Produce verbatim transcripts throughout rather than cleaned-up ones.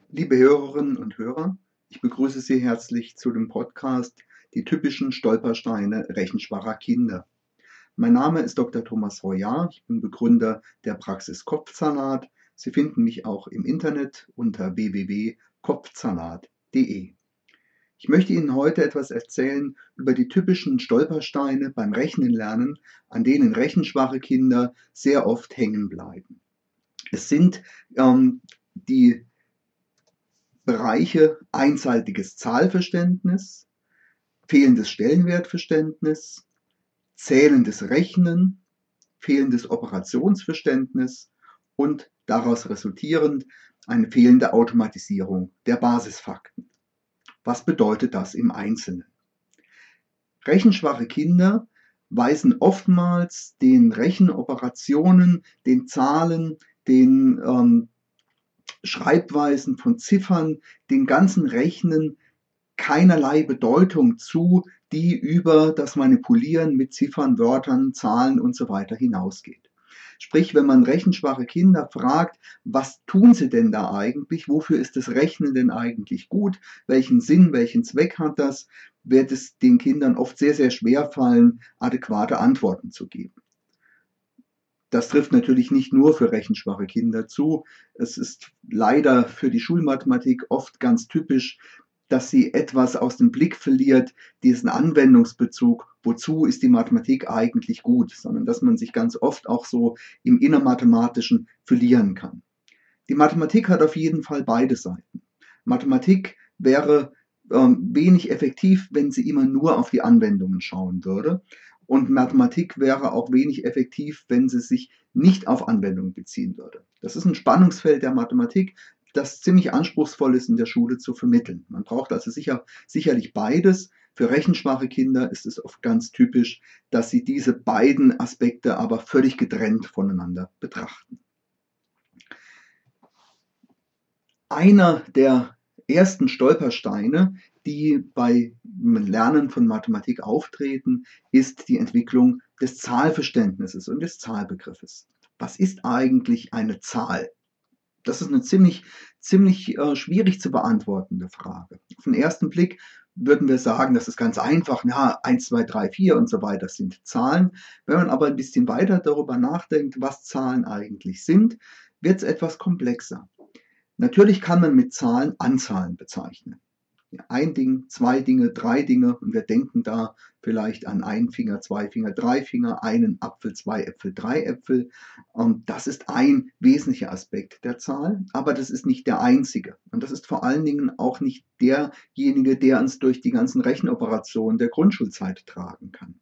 Liebe Hörerinnen und Hörer, ich begrüße Sie herzlich zu dem Podcast Die typischen Stolpersteine rechenschwacher Kinder. Mein Name ist Doktor Thomas Royar, ich bin Begründer der Praxis Kopfzahnart. Sie finden mich auch im Internet unter w w w punkt kopfzahnart punkt de. Ich möchte Ihnen heute etwas erzählen über die typischen Stolpersteine beim Rechnenlernen, an denen rechenschwache Kinder sehr oft hängen bleiben. Es sind ähm, die Bereiche einseitiges Zahlverständnis, fehlendes Stellenwertverständnis, zählendes Rechnen, fehlendes Operationsverständnis und daraus resultierend eine fehlende Automatisierung der Basisfakten. Was bedeutet das im Einzelnen? Rechenschwache Kinder weisen oftmals den Rechenoperationen, den Zahlen, den ähm, Schreibweisen von Ziffern, den ganzen Rechnen keinerlei Bedeutung zu, die über das Manipulieren mit Ziffern, Wörtern, Zahlen und so weiter hinausgeht. Sprich, wenn man rechenschwache Kinder fragt, was tun sie denn da eigentlich, wofür ist das Rechnen denn eigentlich gut, welchen Sinn, welchen Zweck hat das, wird es den Kindern oft sehr, sehr schwer fallen, adäquate Antworten zu geben. Das trifft natürlich nicht nur für rechenschwache Kinder zu. Es ist leider für die Schulmathematik oft ganz typisch, dass sie etwas aus dem Blick verliert, diesen Anwendungsbezug, wozu ist die Mathematik eigentlich gut, sondern dass man sich ganz oft auch so im Innermathematischen verlieren kann. Die Mathematik hat auf jeden Fall beide Seiten. Mathematik wäre ähm, wenig effektiv, wenn sie immer nur auf die Anwendungen schauen würde. Und Mathematik wäre auch wenig effektiv, wenn sie sich nicht auf Anwendungen beziehen würde. Das ist ein Spannungsfeld der Mathematik, das ziemlich anspruchsvoll ist in der Schule zu vermitteln. Man braucht also sicher, sicherlich beides. Für rechenschwache Kinder ist es oft ganz typisch, dass sie diese beiden Aspekte aber völlig getrennt voneinander betrachten. Einer der ersten Stolpersteine, die bei Lernen von Mathematik auftreten, ist die Entwicklung des Zahlverständnisses und des Zahlbegriffes. Was ist eigentlich eine Zahl? Das ist eine ziemlich, ziemlich äh, schwierig zu beantwortende Frage. Auf den ersten Blick würden wir sagen, das ist ganz einfach, na, eins, zwei, drei, vier und so weiter sind Zahlen. Wenn man aber ein bisschen weiter darüber nachdenkt, was Zahlen eigentlich sind, wird es etwas komplexer. Natürlich kann man mit Zahlen Anzahlen bezeichnen. Ein Ding, zwei Dinge, drei Dinge und wir denken da vielleicht an einen Finger, zwei Finger, drei Finger, einen Apfel, zwei Äpfel, drei Äpfel. Und das ist ein wesentlicher Aspekt der Zahl, aber das ist nicht der einzige. Und das ist vor allen Dingen auch nicht derjenige, der uns durch die ganzen Rechenoperationen der Grundschulzeit tragen kann.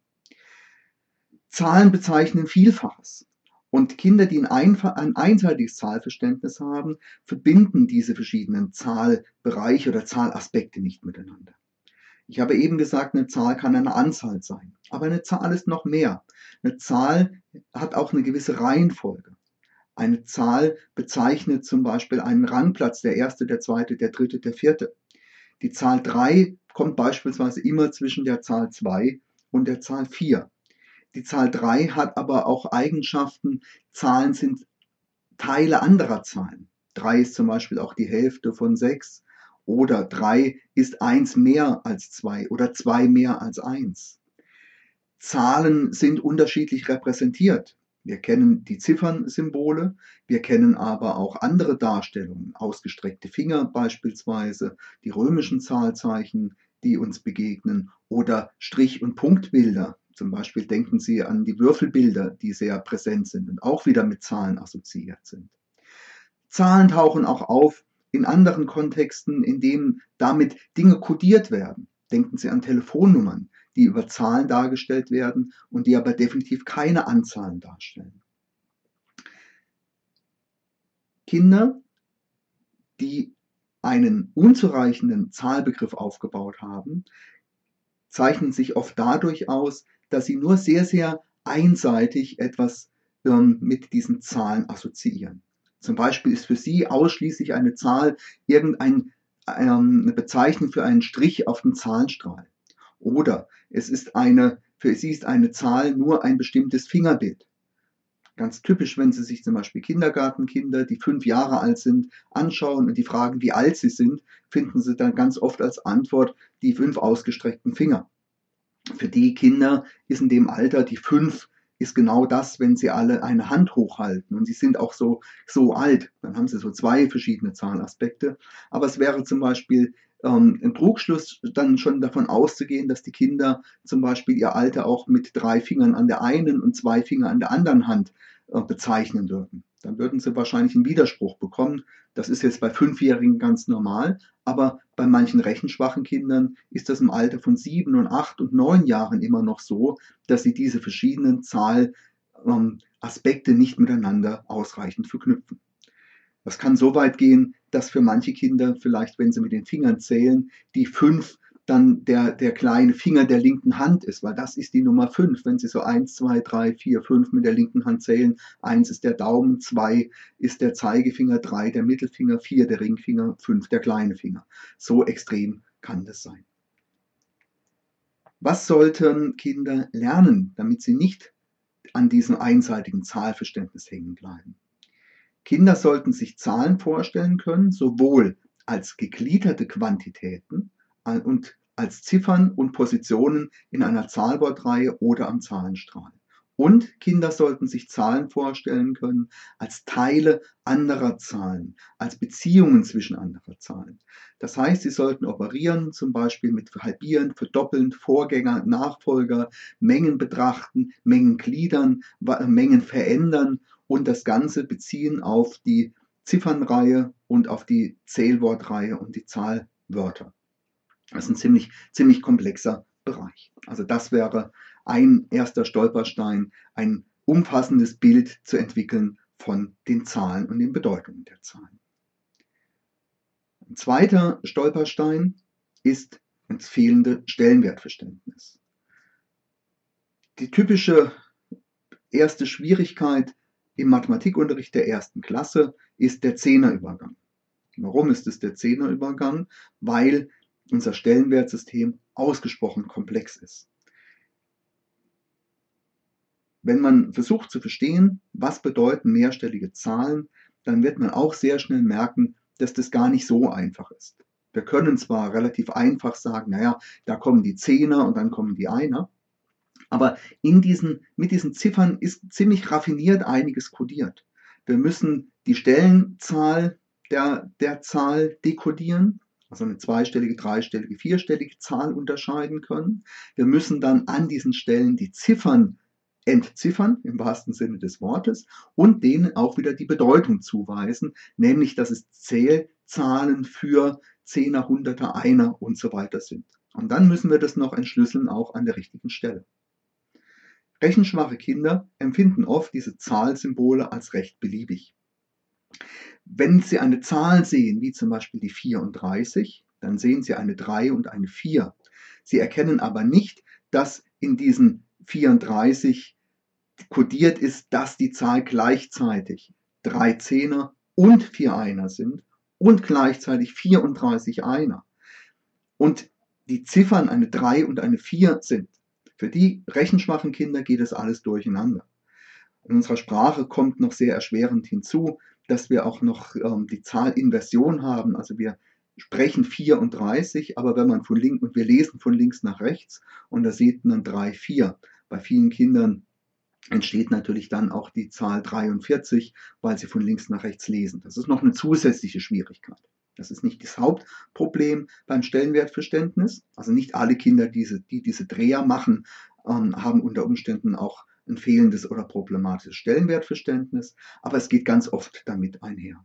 Zahlen bezeichnen Vielfaches. Und Kinder, die ein, ein einseitiges Zahlverständnis haben, verbinden diese verschiedenen Zahlbereiche oder Zahlaspekte nicht miteinander. Ich habe eben gesagt, eine Zahl kann eine Anzahl sein, aber eine Zahl ist noch mehr. Eine Zahl hat auch eine gewisse Reihenfolge. Eine Zahl bezeichnet zum Beispiel einen Rangplatz, der erste, der zweite, der dritte, der vierte. Die Zahl drei kommt beispielsweise immer zwischen der Zahl zwei und der Zahl vier. Die Zahl drei hat aber auch Eigenschaften. Zahlen sind Teile anderer Zahlen. drei ist zum Beispiel auch die Hälfte von sechs oder drei ist eins mehr als zwei oder zwei mehr als eins. Zahlen sind unterschiedlich repräsentiert. Wir kennen die Ziffernsymbole, wir kennen aber auch andere Darstellungen, ausgestreckte Finger beispielsweise, die römischen Zahlzeichen, die uns begegnen oder Strich- und Punktbilder. Zum Beispiel denken Sie an die Würfelbilder, die sehr präsent sind und auch wieder mit Zahlen assoziiert sind. Zahlen tauchen auch auf in anderen Kontexten, in denen damit Dinge kodiert werden. Denken Sie an Telefonnummern, die über Zahlen dargestellt werden und die aber definitiv keine Anzahlen darstellen. Kinder, die einen unzureichenden Zahlbegriff aufgebaut haben, zeichnen sich oft dadurch aus, dass sie nur sehr, sehr einseitig etwas ähm, mit diesen Zahlen assoziieren. Zum Beispiel ist für sie ausschließlich eine Zahl irgendeine ähm, Bezeichnung für einen Strich auf dem Zahlenstrahl. Oder es ist eine, für sie ist eine Zahl nur ein bestimmtes Fingerbild. Ganz typisch, wenn Sie sich zum Beispiel Kindergartenkinder, die fünf Jahre alt sind, anschauen und die fragen, wie alt sie sind, finden Sie dann ganz oft als Antwort die fünf ausgestreckten Finger. Für die Kinder ist in dem Alter die fünf ist genau das, wenn sie alle eine Hand hochhalten und sie sind auch so, so alt. Dann haben sie so zwei verschiedene Zahlaspekte. Aber es wäre zum Beispiel ähm, ein Trugschluss, dann schon davon auszugehen, dass die Kinder zum Beispiel ihr Alter auch mit drei Fingern an der einen und zwei Fingern an der anderen Hand äh, bezeichnen würden. Dann würden sie wahrscheinlich einen Widerspruch bekommen. Das ist jetzt bei Fünfjährigen ganz normal, aber bei manchen rechenschwachen Kindern ist das im Alter von sieben und acht und neun Jahren immer noch so, dass sie diese verschiedenen Zahlaspekte nicht miteinander ausreichend verknüpfen. Das kann so weit gehen, dass für manche Kinder vielleicht, wenn sie mit den Fingern zählen, die fünf dann der, der kleine Finger der linken Hand ist, weil das ist die Nummer fünf. Wenn Sie so eins, zwei, drei, vier, fünf mit der linken Hand zählen, eins ist der Daumen, zwei ist der Zeigefinger, drei der Mittelfinger, vier der Ringfinger, fünf der kleine Finger. So extrem kann das sein. Was sollten Kinder lernen, damit sie nicht an diesem einseitigen Zahlverständnis hängen bleiben? Kinder sollten sich Zahlen vorstellen können, sowohl als gegliederte Quantitäten und als Ziffern und Positionen in einer Zahlwortreihe oder am Zahlenstrahl. Und Kinder sollten sich Zahlen vorstellen können als Teile anderer Zahlen, als Beziehungen zwischen anderen Zahlen. Das heißt, sie sollten operieren, zum Beispiel mit Halbieren, Verdoppeln, Vorgänger, Nachfolger, Mengen betrachten, Mengen gliedern, Mengen verändern und das Ganze beziehen auf die Ziffernreihe und auf die Zählwortreihe und die Zahlwörter. Das ist ein ziemlich, ziemlich komplexer Bereich. Also das wäre ein erster Stolperstein, ein umfassendes Bild zu entwickeln von den Zahlen und den Bedeutungen der Zahlen. Ein zweiter Stolperstein ist das fehlende Stellenwertverständnis. Die typische erste Schwierigkeit im Mathematikunterricht der ersten Klasse ist der Zehnerübergang. Warum ist es der Zehnerübergang? Weil unser Stellenwertsystem ausgesprochen komplex ist. Wenn man versucht zu verstehen, was bedeuten mehrstellige Zahlen, dann wird man auch sehr schnell merken, dass das gar nicht so einfach ist. Wir können zwar relativ einfach sagen, naja, da kommen die Zehner und dann kommen die Einer, aber in diesen, mit diesen Ziffern ist ziemlich raffiniert einiges kodiert. Wir müssen die Stellenzahl der, der Zahl dekodieren, also eine zweistellige, dreistellige, vierstellige Zahl unterscheiden können. Wir müssen dann an diesen Stellen die Ziffern entziffern, im wahrsten Sinne des Wortes, und denen auch wieder die Bedeutung zuweisen, nämlich dass es Zählzahlen für Zehner, Hunderter, Einer und so weiter sind. Und dann müssen wir das noch entschlüsseln, auch an der richtigen Stelle. Rechenschwache Kinder empfinden oft diese Zahlsymbole als recht beliebig. Wenn Sie eine Zahl sehen, wie zum Beispiel die vierunddreißig, dann sehen Sie eine drei und eine vier. Sie erkennen aber nicht, dass in diesen vierunddreißig kodiert ist, dass die Zahl gleichzeitig drei Zehner und vier Einer sind und gleichzeitig vierunddreißig Einer. Und die Ziffern eine drei und eine vier sind. Für die rechenschwachen Kinder geht es alles durcheinander. In unserer Sprache kommt noch sehr erschwerend hinzu, dass wir auch noch ähm, die Zahlinversion haben. Also wir sprechen vierunddreißig, aber wenn man von links und wir lesen von links nach rechts und da sieht man drei, vier. Bei vielen Kindern entsteht natürlich dann auch die Zahl dreiundvierzig, weil sie von links nach rechts lesen. Das ist noch eine zusätzliche Schwierigkeit. Das ist nicht das Hauptproblem beim Stellenwertverständnis. Also nicht alle Kinder, die diese Dreher machen, haben unter Umständen auch ein fehlendes oder problematisches Stellenwertverständnis, aber es geht ganz oft damit einher.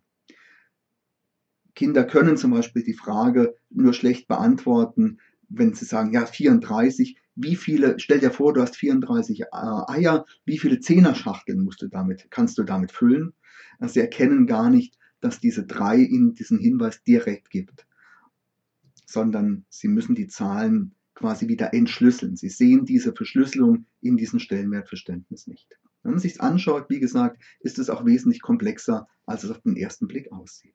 Kinder können zum Beispiel die Frage nur schlecht beantworten, wenn sie sagen, ja, vierunddreißig, wie viele, stell dir vor, du hast vierunddreißig Eier, wie viele Zehnerschachteln musst du damit, kannst du damit füllen? Also sie erkennen gar nicht, dass diese drei ihnen diesen Hinweis direkt gibt, sondern sie müssen die Zahlen quasi wieder entschlüsseln. Sie sehen diese Verschlüsselung in diesem Stellenwertverständnis nicht. Wenn man sich es anschaut, wie gesagt, ist es auch wesentlich komplexer, als es auf den ersten Blick aussieht.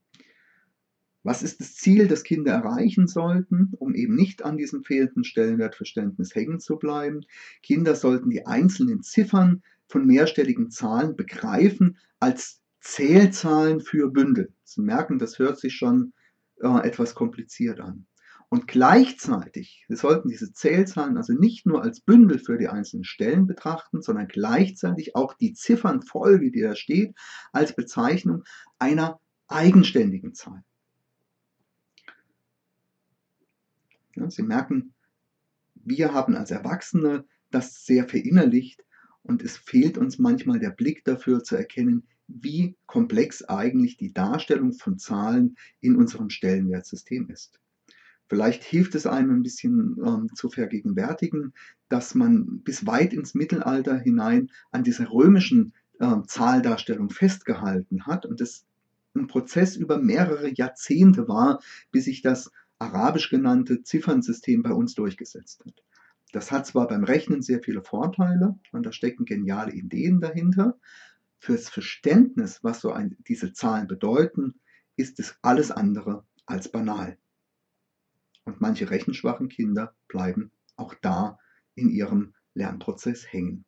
Was ist das Ziel, das Kinder erreichen sollten, um eben nicht an diesem fehlenden Stellenwertverständnis hängen zu bleiben? Kinder sollten die einzelnen Ziffern von mehrstelligen Zahlen begreifen als Zählzahlen für Bündel. Sie merken, das hört sich schon äh, etwas kompliziert an. Und gleichzeitig, wir sollten diese Zählzahlen also nicht nur als Bündel für die einzelnen Stellen betrachten, sondern gleichzeitig auch die Ziffernfolge, die da steht, als Bezeichnung einer eigenständigen Zahl. Ja, Sie merken, wir haben als Erwachsene das sehr verinnerlicht und es fehlt uns manchmal der Blick dafür zu erkennen, wie komplex eigentlich die Darstellung von Zahlen in unserem Stellenwertsystem ist. Vielleicht hilft es einem ein bisschen ähm, zu vergegenwärtigen, dass man bis weit ins Mittelalter hinein an dieser römischen äh, Zahldarstellung festgehalten hat und es ein Prozess über mehrere Jahrzehnte war, bis sich das arabisch genannte Ziffernsystem bei uns durchgesetzt hat. Das hat zwar beim Rechnen sehr viele Vorteile und da stecken geniale Ideen dahinter. Fürs Verständnis, was so ein, diese Zahlen bedeuten, ist es alles andere als banal. Und manche rechenschwachen Kinder bleiben auch da in ihrem Lernprozess hängen.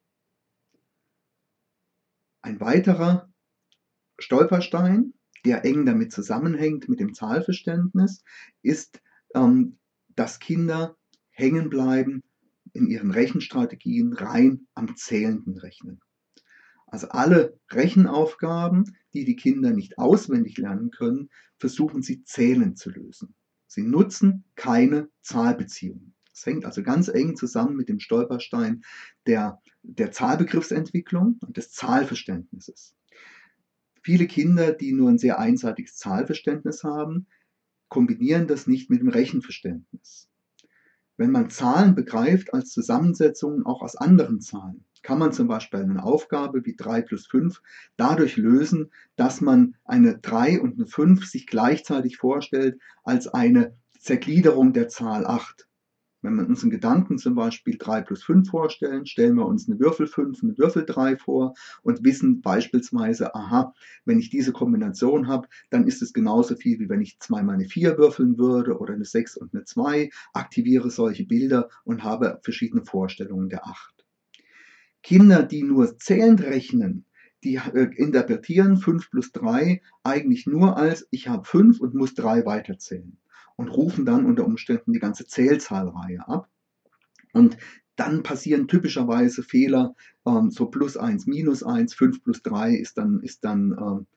Ein weiterer Stolperstein, der eng damit zusammenhängt mit dem Zahlverständnis, ist, ähm, dass Kinder hängen bleiben in ihren Rechenstrategien rein am zählenden Rechnen. Also alle Rechenaufgaben, die die Kinder nicht auswendig lernen können, versuchen sie zählend zu lösen. Sie nutzen keine Zahlbeziehungen. Das hängt also ganz eng zusammen mit dem Stolperstein der, der Zahlbegriffsentwicklung und des Zahlverständnisses. Viele Kinder, die nur ein sehr einseitiges Zahlverständnis haben, kombinieren das nicht mit dem Rechenverständnis. Wenn man Zahlen begreift als Zusammensetzungen auch aus anderen Zahlen, kann man zum Beispiel eine Aufgabe wie drei plus fünf dadurch lösen, dass man eine drei und eine fünf sich gleichzeitig vorstellt als eine Zergliederung der Zahl acht. Wenn wir uns in Gedanken zum Beispiel drei plus fünf vorstellen, stellen wir uns eine Würfel fünf, eine Würfel drei vor und wissen beispielsweise, aha, wenn ich diese Kombination habe, dann ist es genauso viel, wie wenn ich zweimal eine vier würfeln würde oder eine sechs und eine zwei, aktiviere solche Bilder und habe verschiedene Vorstellungen der acht. Kinder, die nur zählend rechnen, die äh, interpretieren fünf plus drei eigentlich nur als, ich habe fünf und muss drei weiterzählen. Und rufen dann unter Umständen die ganze Zählzahlreihe ab. Und dann passieren typischerweise Fehler, ähm, so plus eins, minus eins, fünf plus drei ist dann, ist dann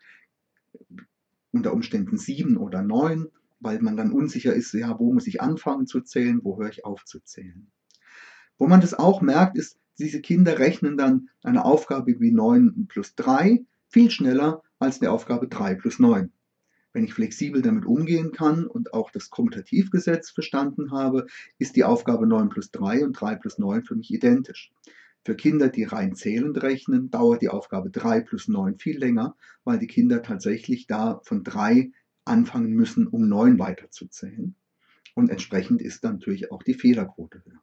ähm, unter Umständen sieben oder neun, weil man dann unsicher ist, ja, wo muss ich anfangen zu zählen, wo höre ich auf zu zählen. Wo man das auch merkt, ist, diese Kinder rechnen dann eine Aufgabe wie neun plus drei viel schneller als eine Aufgabe drei plus neun. Wenn ich flexibel damit umgehen kann und auch das Kommutativgesetz verstanden habe, ist die Aufgabe neun plus drei und drei plus neun für mich identisch. Für Kinder, die rein zählend rechnen, dauert die Aufgabe drei plus neun viel länger, weil die Kinder tatsächlich da von drei anfangen müssen, um neun weiterzuzählen. Und entsprechend ist dann natürlich auch die Fehlerquote höher.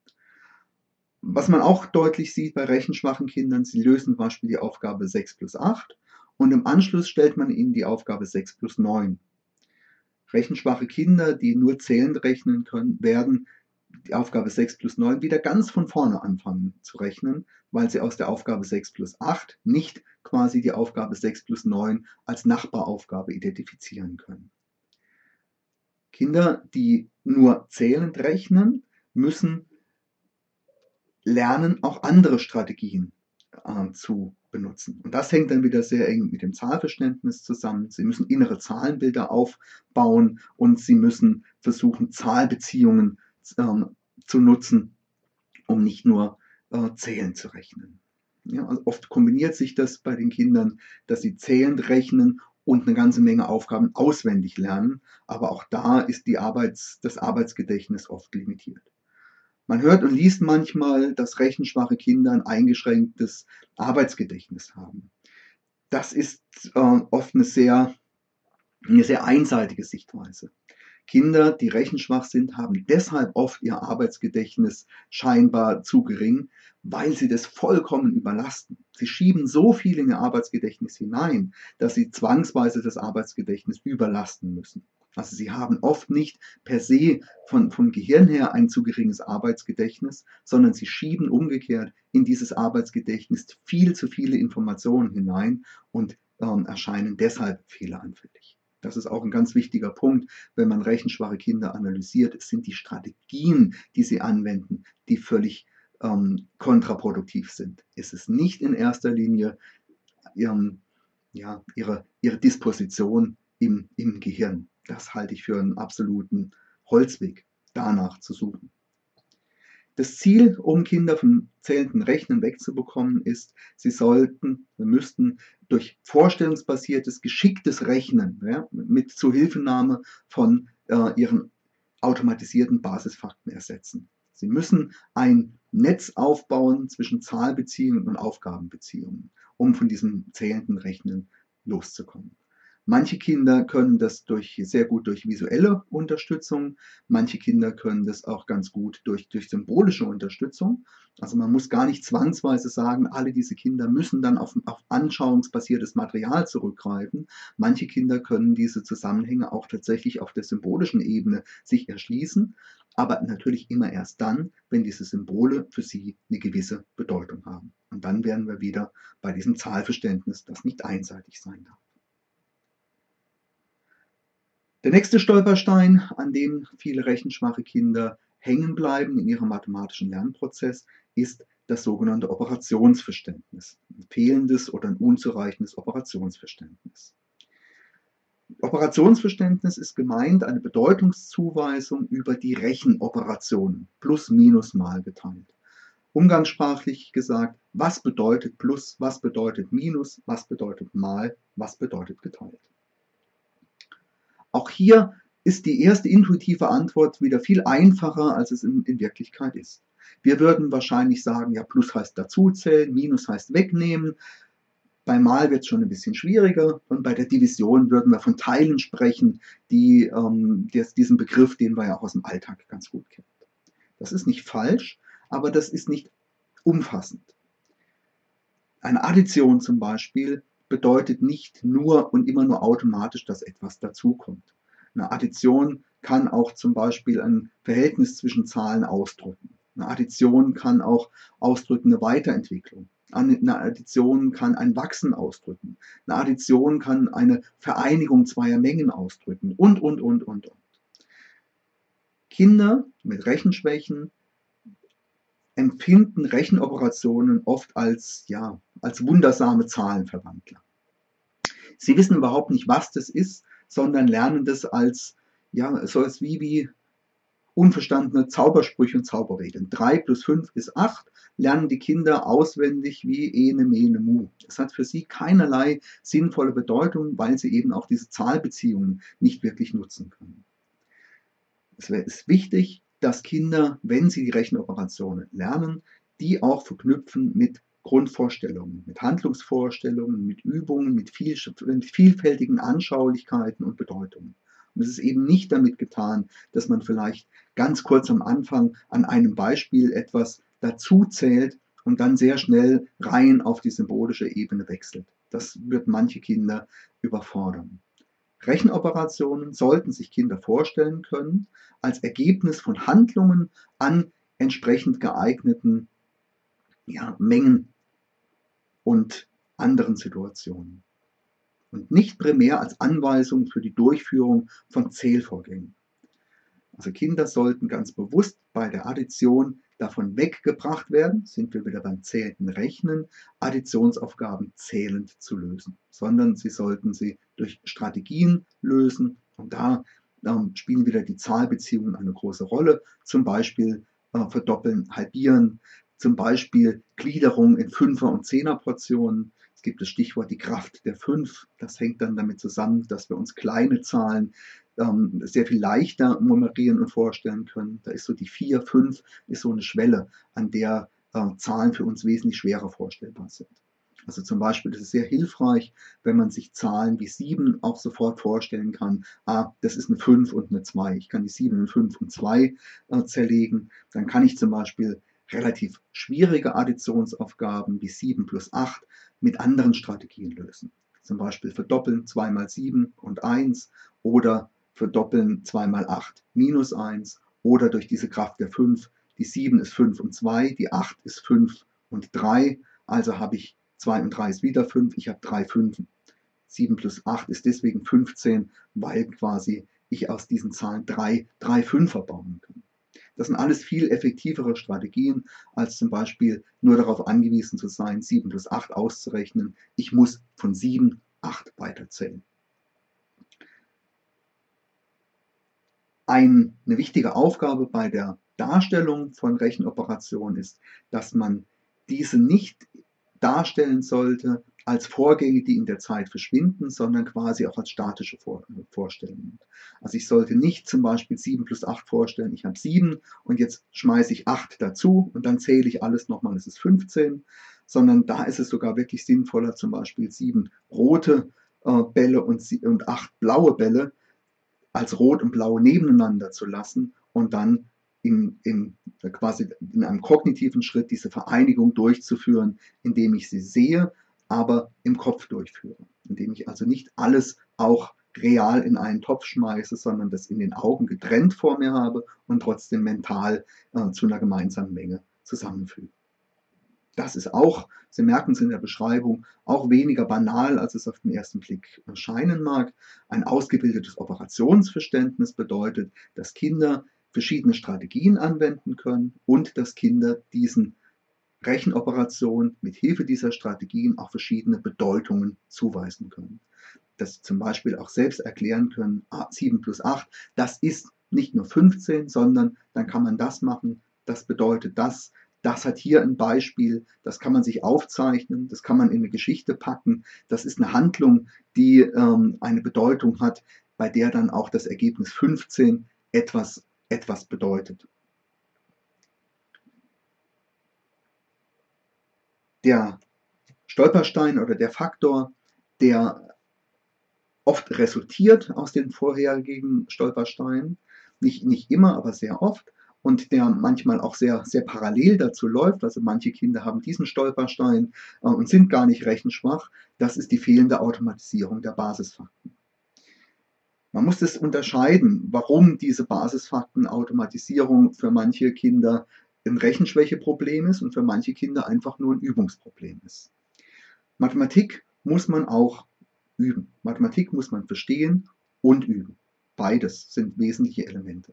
Was man auch deutlich sieht bei rechenschwachen Kindern, sie lösen zum Beispiel die Aufgabe sechs plus acht. Und im Anschluss stellt man ihnen die Aufgabe sechs plus neun. Rechenschwache Kinder, die nur zählend rechnen können, werden die Aufgabe sechs plus neun wieder ganz von vorne anfangen zu rechnen, weil sie aus der Aufgabe sechs plus acht nicht quasi die Aufgabe sechs plus neun als Nachbaraufgabe identifizieren können. Kinder, die nur zählend rechnen, müssen lernen, auch andere Strategien äh, zu benutzen. Und das hängt dann wieder sehr eng mit dem Zahlverständnis zusammen. Sie müssen innere Zahlenbilder aufbauen und Sie müssen versuchen, Zahlbeziehungen äh, zu nutzen, um nicht nur äh, zählen zu rechnen. Ja, also oft kombiniert sich das bei den Kindern, dass sie zählend rechnen und eine ganze Menge Aufgaben auswendig lernen. Aber auch da ist die Arbeits-, das Arbeitsgedächtnis oft limitiert. Man hört und liest manchmal, dass rechenschwache Kinder ein eingeschränktes Arbeitsgedächtnis haben. Das ist äh, oft eine sehr, eine sehr einseitige Sichtweise. Kinder, die rechenschwach sind, haben deshalb oft ihr Arbeitsgedächtnis scheinbar zu gering, weil sie das vollkommen überlasten. Sie schieben so viel in ihr Arbeitsgedächtnis hinein, dass sie zwangsweise das Arbeitsgedächtnis überlasten müssen. Also sie haben oft nicht per se von, vom Gehirn her ein zu geringes Arbeitsgedächtnis, sondern sie schieben umgekehrt in dieses Arbeitsgedächtnis viel zu viele Informationen hinein und ähm, erscheinen deshalb fehleranfällig. Das ist auch ein ganz wichtiger Punkt, wenn man rechenschwache Kinder analysiert. Es sind die Strategien, die sie anwenden, die völlig ähm, kontraproduktiv sind. Es ist nicht in erster Linie ihren, ja, ihre, ihre Disposition im, im Gehirn. Das halte ich für einen absoluten Holzweg, danach zu suchen. Das Ziel, um Kinder vom zählenden Rechnen wegzubekommen, ist, sie sollten, sie müssten durch vorstellungsbasiertes, geschicktes Rechnen, ja, mit Zuhilfenahme von äh, ihren automatisierten Basisfakten ersetzen. Sie müssen ein Netz aufbauen zwischen Zahlbeziehungen und Aufgabenbeziehungen, um von diesem zählenden Rechnen loszukommen. Manche Kinder können das durch, sehr gut durch visuelle Unterstützung, manche Kinder können das auch ganz gut durch, durch symbolische Unterstützung. Also man muss gar nicht zwangsweise sagen, alle diese Kinder müssen dann auf, auf anschauungsbasiertes Material zurückgreifen. Manche Kinder können diese Zusammenhänge auch tatsächlich auf der symbolischen Ebene sich erschließen, aber natürlich immer erst dann, wenn diese Symbole für sie eine gewisse Bedeutung haben. Und dann wären wir wieder bei diesem Zahlverständnis, das nicht einseitig sein darf. Der nächste Stolperstein, an dem viele rechenschwache Kinder hängen bleiben in ihrem mathematischen Lernprozess, ist das sogenannte Operationsverständnis. Ein fehlendes oder ein unzureichendes Operationsverständnis. Operationsverständnis ist gemeint eine Bedeutungszuweisung über die Rechenoperationen, plus, minus, mal geteilt. Umgangssprachlich gesagt, was bedeutet plus, was bedeutet minus, was bedeutet mal, was bedeutet geteilt. Auch hier ist die erste intuitive Antwort wieder viel einfacher, als es in, in Wirklichkeit ist. Wir würden wahrscheinlich sagen, ja, plus heißt dazuzählen, minus heißt wegnehmen. Bei Mal wird es schon ein bisschen schwieriger und bei der Division würden wir von Teilen sprechen, die, ähm, des, diesen Begriff, den wir ja auch aus dem Alltag ganz gut kennen. Das ist nicht falsch, aber das ist nicht umfassend. Eine Addition zum Beispiel bedeutet nicht nur und immer nur automatisch, dass etwas dazukommt. Eine Addition kann auch zum Beispiel ein Verhältnis zwischen Zahlen ausdrücken. Eine Addition kann auch ausdrücken eine Weiterentwicklung. Eine Addition kann ein Wachsen ausdrücken. Eine Addition kann eine Vereinigung zweier Mengen ausdrücken und, und, und, und, und. Kinder mit Rechenschwächen empfinden Rechenoperationen oft als, ja, als wundersame Zahlenverwandler. Sie wissen überhaupt nicht, was das ist, sondern lernen das als, ja, so etwas wie, wie unverstandene Zaubersprüche und Zauberregeln. drei plus fünf ist acht, lernen die Kinder auswendig wie ene, mene, mu. Es hat für sie keinerlei sinnvolle Bedeutung, weil sie eben auch diese Zahlbeziehungen nicht wirklich nutzen können. Es ist wichtig, dass Kinder, wenn sie die Rechenoperationen lernen, die auch verknüpfen mit Grundvorstellungen, mit Handlungsvorstellungen, mit Übungen, mit, viel, mit vielfältigen Anschaulichkeiten und Bedeutungen. Und es ist eben nicht damit getan, dass man vielleicht ganz kurz am Anfang an einem Beispiel etwas dazu zählt und dann sehr schnell rein auf die symbolische Ebene wechselt. Das wird manche Kinder überfordern. Rechenoperationen sollten sich Kinder vorstellen können als Ergebnis von Handlungen an entsprechend geeigneten, ja, Mengen und anderen Situationen und nicht primär als Anweisung für die Durchführung von Zählvorgängen. Also Kinder sollten ganz bewusst bei der Addition davon weggebracht werden, sind wir wieder beim zählenden Rechnen, Additionsaufgaben zählend zu lösen, sondern sie sollten sie durch Strategien lösen und da ähm, spielen wieder die Zahlbeziehungen eine große Rolle, zum Beispiel äh, verdoppeln, halbieren, zum Beispiel Gliederung in Fünfer- und Zehnerportionen. Es gibt das Stichwort die Kraft der Fünf. Das hängt dann damit zusammen, dass wir uns kleine Zahlen ähm, sehr viel leichter nummerieren und vorstellen können. Da ist so die vier, fünf ist so eine Schwelle, an der äh, Zahlen für uns wesentlich schwerer vorstellbar sind. Also zum Beispiel ist es sehr hilfreich, wenn man sich Zahlen wie sieben auch sofort vorstellen kann. Ah, das ist eine fünf und eine zwei. Ich kann die sieben und fünf und zwei äh, zerlegen. Dann kann ich zum Beispiel relativ schwierige Additionsaufgaben wie sieben plus acht mit anderen Strategien lösen. Zum Beispiel verdoppeln, zwei mal sieben und eins oder verdoppeln zwei mal acht minus eins oder durch diese Kraft der fünf, die sieben ist fünf und zwei, die acht ist fünf und drei, also habe ich zwei und drei ist wieder fünf, ich habe drei Fünfen. sieben plus acht ist deswegen fünfzehn, weil quasi ich aus diesen Zahlen drei, drei Fünfer bauen kann. Das sind alles viel effektivere Strategien, als zum Beispiel nur darauf angewiesen zu sein, sieben plus acht auszurechnen. Ich muss von sieben, acht weiterzählen. Eine wichtige Aufgabe bei der Darstellung von Rechenoperationen ist, dass man diese nicht darstellen sollte als Vorgänge, die in der Zeit verschwinden, sondern quasi auch als statische Vorstellungen. Also ich sollte nicht zum Beispiel sieben plus acht vorstellen, ich habe sieben und jetzt schmeiße ich acht dazu und dann zähle ich alles nochmal, es ist fünfzehn, sondern da ist es sogar wirklich sinnvoller, zum Beispiel sieben rote äh, Bälle und, und acht blaue Bälle als Rot und Blau nebeneinander zu lassen und dann in, in, quasi in einem kognitiven Schritt diese Vereinigung durchzuführen, indem ich sie sehe, aber im Kopf durchführe. Indem ich also nicht alles auch real in einen Topf schmeiße, sondern das in den Augen getrennt vor mir habe und trotzdem mental äh, zu einer gemeinsamen Menge zusammenfüge. Das ist auch, Sie merken es in der Beschreibung, auch weniger banal, als es auf den ersten Blick erscheinen mag. Ein ausgebildetes Operationsverständnis bedeutet, dass Kinder verschiedene Strategien anwenden können und dass Kinder diesen Rechenoperationen mit Hilfe dieser Strategien auch verschiedene Bedeutungen zuweisen können. Dass sie zum Beispiel auch selbst erklären können, sieben plus acht, das ist nicht nur fünfzehn, sondern dann kann man das machen, das bedeutet das. Das hat hier ein Beispiel, das kann man sich aufzeichnen, das kann man in eine Geschichte packen. Das ist eine Handlung, die ähm, eine Bedeutung hat, bei der dann auch das Ergebnis fünfzehn etwas, etwas bedeutet. Der Stolperstein oder der Faktor, der oft resultiert aus den vorherigen Stolpersteinen, nicht, nicht immer, aber sehr oft, und der manchmal auch sehr, sehr parallel dazu läuft. Also manche Kinder haben diesen Stolperstein äh, und sind gar nicht rechenschwach. Das ist die fehlende Automatisierung der Basisfakten. Man muss das unterscheiden, warum diese Basisfaktenautomatisierung für manche Kinder ein Rechenschwächeproblem ist und für manche Kinder einfach nur ein Übungsproblem ist. Mathematik muss man auch üben. Mathematik muss man verstehen und üben. Beides sind wesentliche Elemente.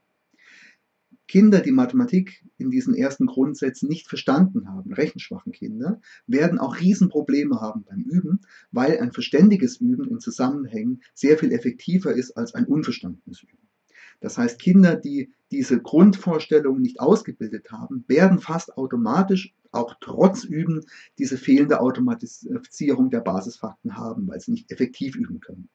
Kinder, die Mathematik in diesen ersten Grundsätzen nicht verstanden haben, rechenschwachen Kinder, werden auch Riesenprobleme haben beim Üben, weil ein verständiges Üben in Zusammenhängen sehr viel effektiver ist als ein unverstandenes Üben. Das heißt, Kinder, die diese Grundvorstellungen nicht ausgebildet haben, werden fast automatisch, auch trotz Üben, diese fehlende Automatisierung der Basisfakten haben, weil sie nicht effektiv üben können.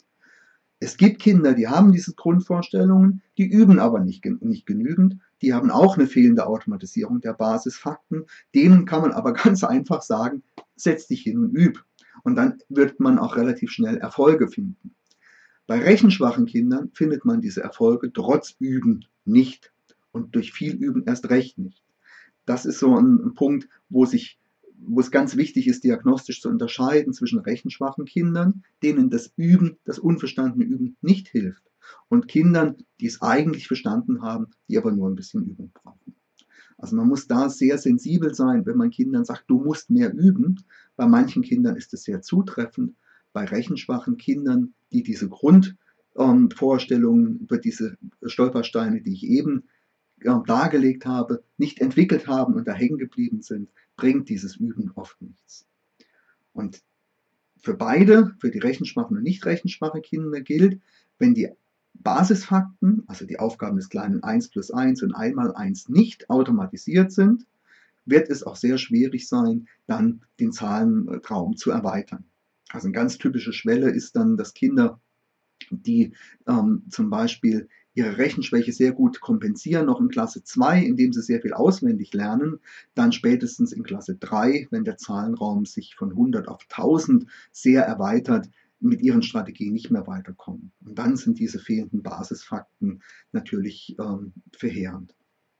Es gibt Kinder, die haben diese Grundvorstellungen, die üben aber nicht, nicht genügend. Die haben auch eine fehlende Automatisierung der Basisfakten. Denen kann man aber ganz einfach sagen, setz dich hin und üb. Und dann wird man auch relativ schnell Erfolge finden. Bei rechenschwachen Kindern findet man diese Erfolge trotz Üben nicht und durch viel Üben erst recht nicht. Das ist so ein, ein Punkt, wo sich wo es ganz wichtig ist, diagnostisch zu unterscheiden zwischen rechenschwachen Kindern, denen das Üben, das unverstandene Üben nicht hilft, und Kindern, die es eigentlich verstanden haben, die aber nur ein bisschen Übung brauchen. Also man muss da sehr sensibel sein, wenn man Kindern sagt, du musst mehr üben. Bei manchen Kindern ist es sehr zutreffend. Bei rechenschwachen Kindern, die diese Grundvorstellungen ähm, über diese Stolpersteine, die ich eben dargelegt habe, nicht entwickelt haben und da hängen geblieben sind, bringt dieses Üben oft nichts. Und für beide, für die rechenschwachen und nicht rechenschwache Kinder gilt, wenn die Basisfakten, also die Aufgaben des kleinen eins plus eins und eins mal eins nicht automatisiert sind, wird es auch sehr schwierig sein, dann den Zahlenraum zu erweitern. Also eine ganz typische Schwelle ist dann, dass Kinder, die ähm, zum Beispiel ihre Rechenschwäche sehr gut kompensieren, noch in Klasse zwei, indem sie sehr viel auswendig lernen, dann spätestens in Klasse drei, wenn der Zahlenraum sich von hundert auf tausend sehr erweitert, mit ihren Strategien nicht mehr weiterkommen. Und dann sind diese fehlenden Basisfakten natürlich ähm, verheerend.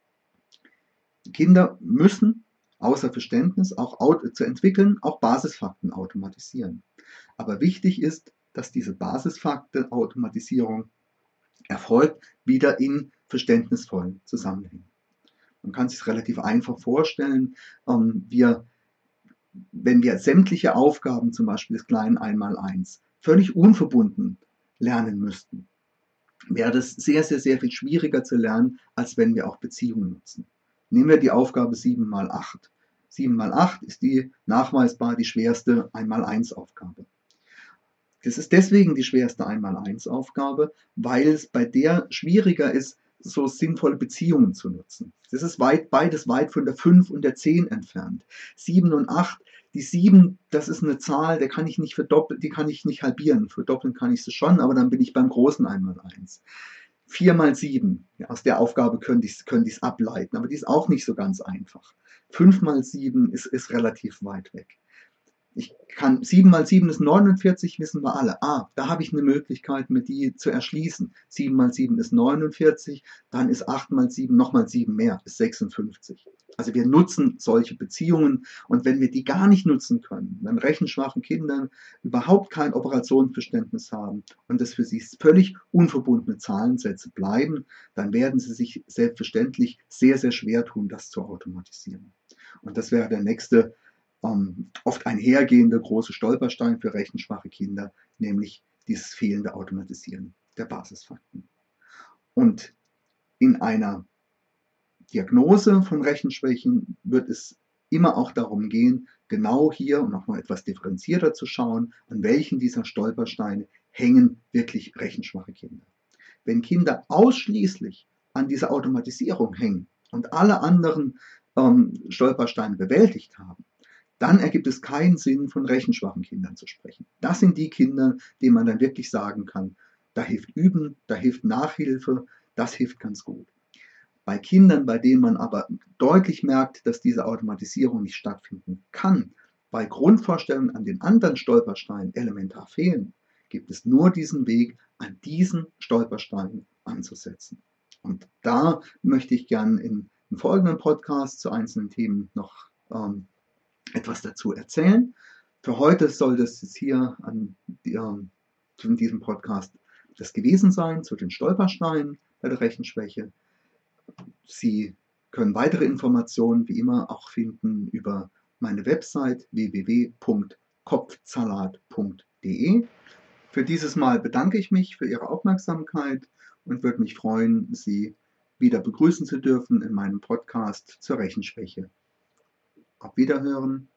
Kinder müssen außer Verständnis auch zu entwickeln, auch Basisfakten automatisieren. Aber wichtig ist, dass diese Basisfaktenautomatisierung erfolgt, wieder in verständnisvollen Zusammenhängen. Man kann sich relativ einfach vorstellen, ähm, wir, wenn wir sämtliche Aufgaben, zum Beispiel des kleinen Einmaleins, völlig unverbunden lernen müssten, wäre das sehr, sehr, sehr viel schwieriger zu lernen, als wenn wir auch Beziehungen nutzen. Nehmen wir die Aufgabe sieben mal acht. sieben mal acht ist die nachweisbar die schwerste eins mal eins Aufgabe. Das ist deswegen die schwerste eins mal eins Aufgabe, weil es bei der schwieriger ist, so sinnvolle Beziehungen zu nutzen. Das ist weit, beides weit von der fünf und der zehn entfernt. sieben und acht, die sieben, das ist eine Zahl, der kann ich nicht verdoppeln, die kann ich nicht halbieren. Verdoppeln kann ich sie schon, aber dann bin ich beim großen eins mal eins. vier mal sieben, ja, aus der Aufgabe könnte ich es könnte ich's ableiten, aber die ist auch nicht so ganz einfach. fünf mal sieben ist, ist relativ weit weg. Ich kann, sieben mal sieben ist neunundvierzig, wissen wir alle. Ah, da habe ich eine Möglichkeit, mir die zu erschließen. sieben mal sieben ist neunundvierzig, dann ist acht mal sieben nochmal sieben mehr, ist sechsundfünfzig. Also wir nutzen solche Beziehungen, und wenn wir die gar nicht nutzen können, wenn rechenschwachen Kindern überhaupt kein Operationsverständnis haben und das für sie völlig unverbundene Zahlensätze bleiben, dann werden sie sich selbstverständlich sehr, sehr schwer tun, das zu automatisieren. Und das wäre der nächste ähm, oft einhergehende große Stolperstein für rechenschwache Kinder, nämlich dieses fehlende Automatisieren der Basisfakten. Und in einer Diagnose von Rechenschwächen wird es immer auch darum gehen, genau hier und nochmal etwas differenzierter zu schauen, an welchen dieser Stolpersteine hängen wirklich rechenschwache Kinder. Wenn Kinder ausschließlich an dieser Automatisierung hängen und alle anderen ähm, Stolpersteine bewältigt haben, dann ergibt es keinen Sinn, von rechenschwachen Kindern zu sprechen. Das sind die Kinder, denen man dann wirklich sagen kann, da hilft Üben, da hilft Nachhilfe, das hilft ganz gut. Bei Kindern, bei denen man aber deutlich merkt, dass diese Automatisierung nicht stattfinden kann, weil Grundvorstellungen an den anderen Stolpersteinen elementar fehlen, gibt es nur diesen Weg, an diesen Stolpersteinen anzusetzen. Und da möchte ich gern in, im folgenden Podcast zu einzelnen Themen noch ähm, etwas dazu erzählen. Für heute soll das jetzt hier an ähm, in diesem Podcast das gewesen sein zu den Stolpersteinen bei der Rechenschwäche. Sie können weitere Informationen wie immer auch finden über meine Website w w w punkt kopfsalat punkt de. Für dieses Mal bedanke ich mich für Ihre Aufmerksamkeit und würde mich freuen, Sie wieder begrüßen zu dürfen in meinem Podcast zur Rechenschwäche. Auf Wiederhören.